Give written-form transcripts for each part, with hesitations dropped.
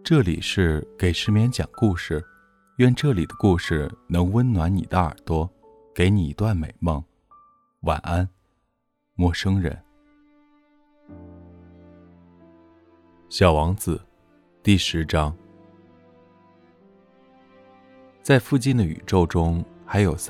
这里是给失眠讲故事，愿这里的故事能温暖你的耳朵，给你一段美梦。晚安，陌生人。小王子第10章。在附近的宇宙中，还有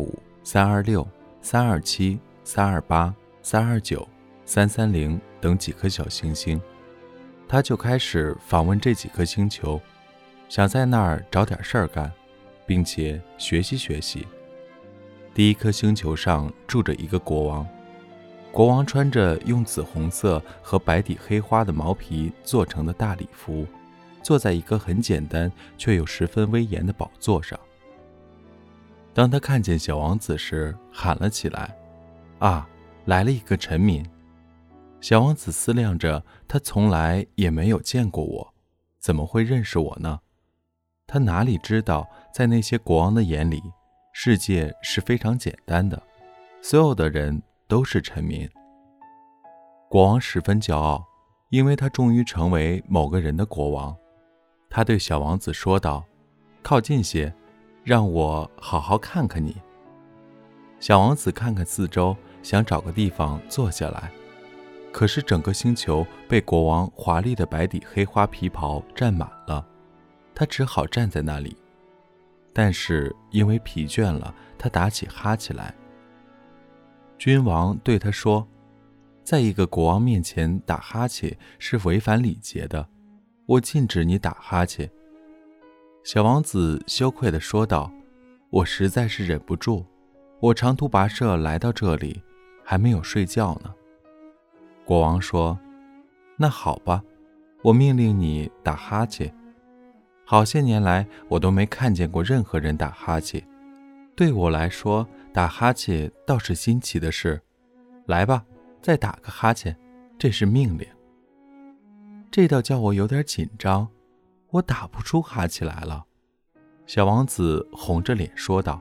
325、326、327、328、329、330等几颗小行星。他就开始访问这几颗星球，想在那儿找点事儿干，并且学习学习。第一颗星球上住着一个国王，国王穿着用紫红色和白底黑花的毛皮做成的大礼服，坐在一个很简单却又十分威严的宝座上。当他看见小王子时，喊了起来：啊，来了一个臣民！小王子思量着，他从来也没有见过我，怎么会认识我呢？他哪里知道，在那些国王的眼里，世界是非常简单的，所有的人都是臣民。国王十分骄傲，因为他终于成为某个人的国王。他对小王子说道：靠近些，让我好好看看你。小王子看看四周，想找个地方坐下来。可是整个星球被国王华丽的白底黑花皮袍占满了，他只好站在那里。但是因为疲倦了，他打起哈欠来。君王对他说：在一个国王面前打哈欠是违反礼节的，我禁止你打哈欠。小王子羞愧地说道：我实在是忍不住，我长途跋涉来到这里，还没有睡觉呢。国王说：那好吧，我命令你打哈欠。好些年来，我都没看见过任何人打哈欠。对我来说，打哈欠倒是新奇的事。来吧，再打个哈欠，这是命令。这倒叫我有点紧张，我打不出哈欠来了。小王子红着脸说道。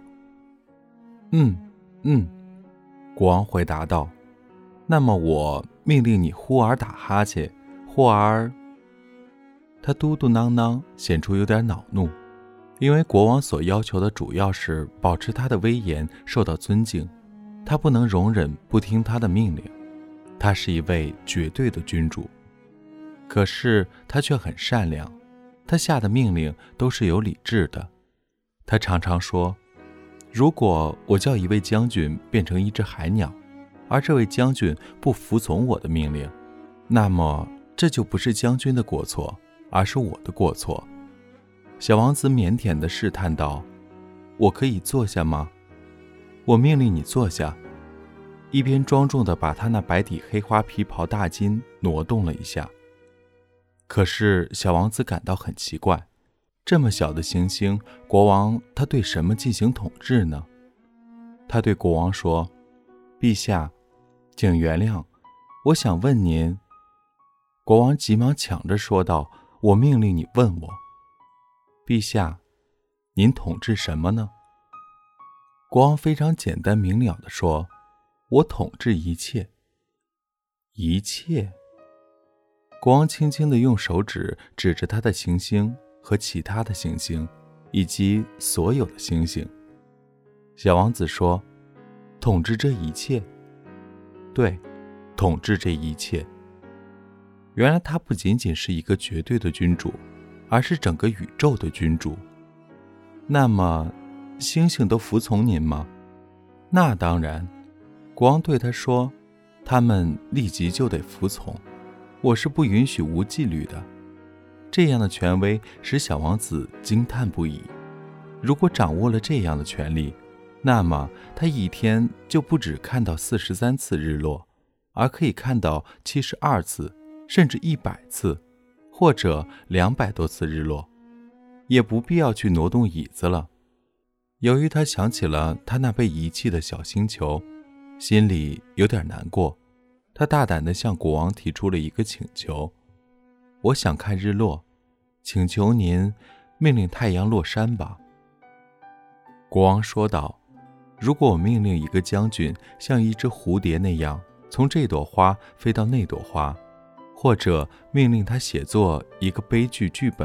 国王回答道。那么我命令你忽而打哈欠，忽而……他嘟嘟囔囔，显出有点恼怒，因为国王所要求的主要是保持他的威严受到尊敬，他不能容忍不听他的命令，他是一位绝对的君主。可是他却很善良，他下的命令都是有理智的。他常常说，如果我叫一位将军变成一只海鸟，而这位将军不服从我的命令，那么这就不是将军的过错，而是我的过错。小王子腼腆地试探道：我可以坐下吗？我命令你坐下。一边庄重地把他那白底黑花皮袍大襟挪动了一下。可是小王子感到很奇怪，这么小的行星，国王他对什么进行统治呢？他对国王说：陛下，请原谅，我想问您。国王急忙抢着说道：我命令你问我。陛下，您统治什么呢？国王非常简单明了地说：我统治一切。一切？国王轻轻地用手指指着他的行星和其他的行星，以及所有的星星。小王子说：统治这一切？对，统治这一切。原来他不仅仅是一个绝对的君主，而是整个宇宙的君主。那么星星都服从您吗？那当然。国王对他说：他们立即就得服从，我是不允许无纪律的。这样的权威使小王子惊叹不已。如果掌握了这样的权力，那么他一天就不只看到43次日落，而可以看到72次，甚至100次，或者200多次日落，也不必要去挪动椅子了。由于他想起了他那被遗弃的小星球，心里有点难过，他大胆地向国王提出了一个请求：我想看日落，请求您命令太阳落山吧。国王说道：如果我命令一个将军像一只蝴蝶那样从这朵花飞到那朵花，或者命令他写作一个悲剧剧本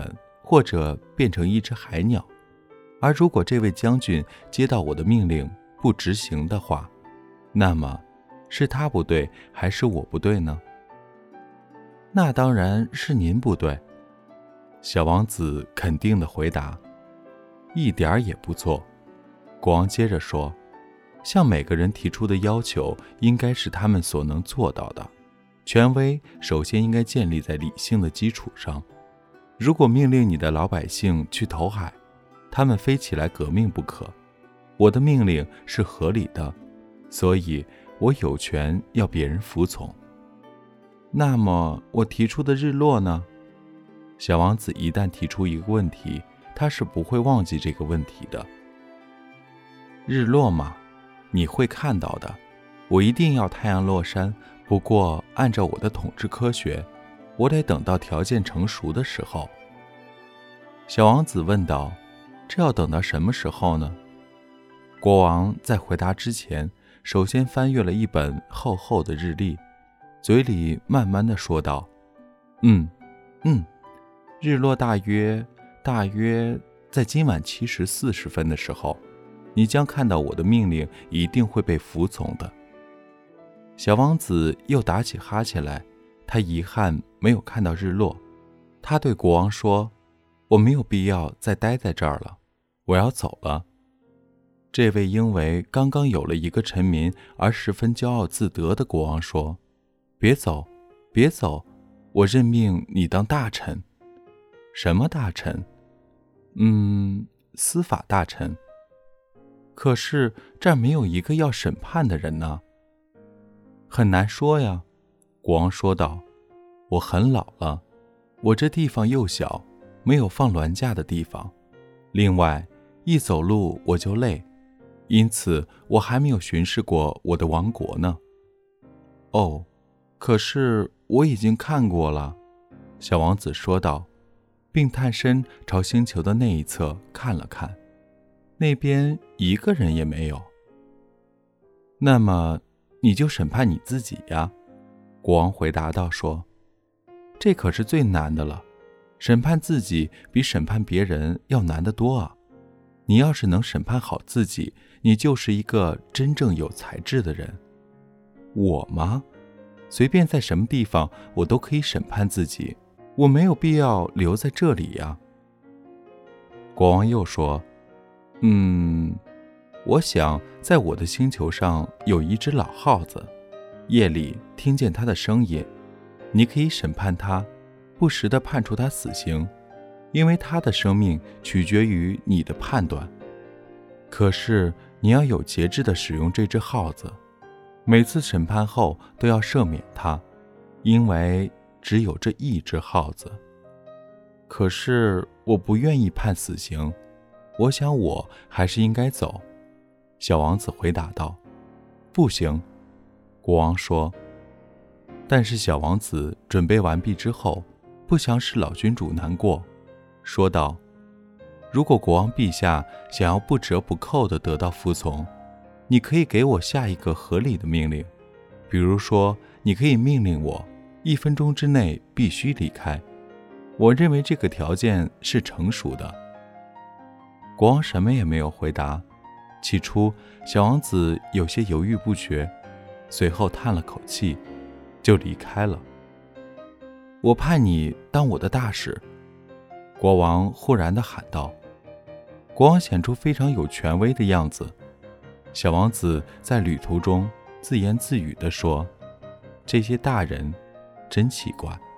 或者变成一只海鸟。而如果这位将军接到我的命令不执行的话，那么是他不对还是我不对呢？那当然是您不对。小王子肯定地回答。一点儿也不错。国王接着说，向每个人提出的要求应该是他们所能做到的，权威首先应该建立在理性的基础上。如果命令你的老百姓去投海，他们非起来革命不可。我的命令是合理的，所以我有权要别人服从。那么我提出的日落呢？小王子一旦提出一个问题，他是不会忘记这个问题的。日落嘛，你会看到的。我一定要太阳落山，不过按照我的统治科学，我得等到条件成熟的时候。小王子问道，这要等到什么时候呢？国王在回答之前，首先翻阅了一本厚厚的日历，嘴里慢慢地说道，日落大约在今晚7时40分的时候，你将看到我的命令一定会被服从的。小王子又打起哈欠来，他遗憾没有看到日落。他对国王说，我没有必要再待在这儿了，我要走了。这位因为刚刚有了一个臣民而十分骄傲自得的国王说，别走，别走，我任命你当大臣。什么大臣？司法大臣。可是这儿没有一个要审判的人呢。很难说呀，国王说道，我很老了，我这地方又小，没有放銮驾的地方，另外一走路我就累，因此我还没有巡视过我的王国呢。哦，可是我已经看过了，小王子说道，并探身朝星球的那一侧看了看，那边一个人也没有。那么你就审判你自己呀，国王回答道，说，这可是最难的了，审判自己比审判别人要难得多啊。你要是能审判好自己，你就是一个真正有才智的人。我吗？随便在什么地方我都可以审判自己，我没有必要留在这里呀。国王又说，我想在我的星球上有一只老耗子，夜里听见它的声音，你可以审判它，不时地判处它死刑，因为它的生命取决于你的判断。可是你要有节制地使用这只耗子，每次审判后都要赦免它，因为只有这一只耗子。可是我不愿意判死刑，我想我还是应该走。小王子回答道。不行，国王说。但是小王子准备完毕之后，不想使老君主难过，说道，如果国王陛下想要不折不扣地得到服从，你可以给我下一个合理的命令，比如说你可以命令我1分钟之内必须离开，我认为这个条件是成熟的。国王什么也没有回答。起初小王子有些犹豫不决，随后叹了口气，就离开了。我派你当我的大使，国王忽然地喊道。国王显出非常有权威的样子。小王子在旅途中自言自语地说，这些大人真奇怪。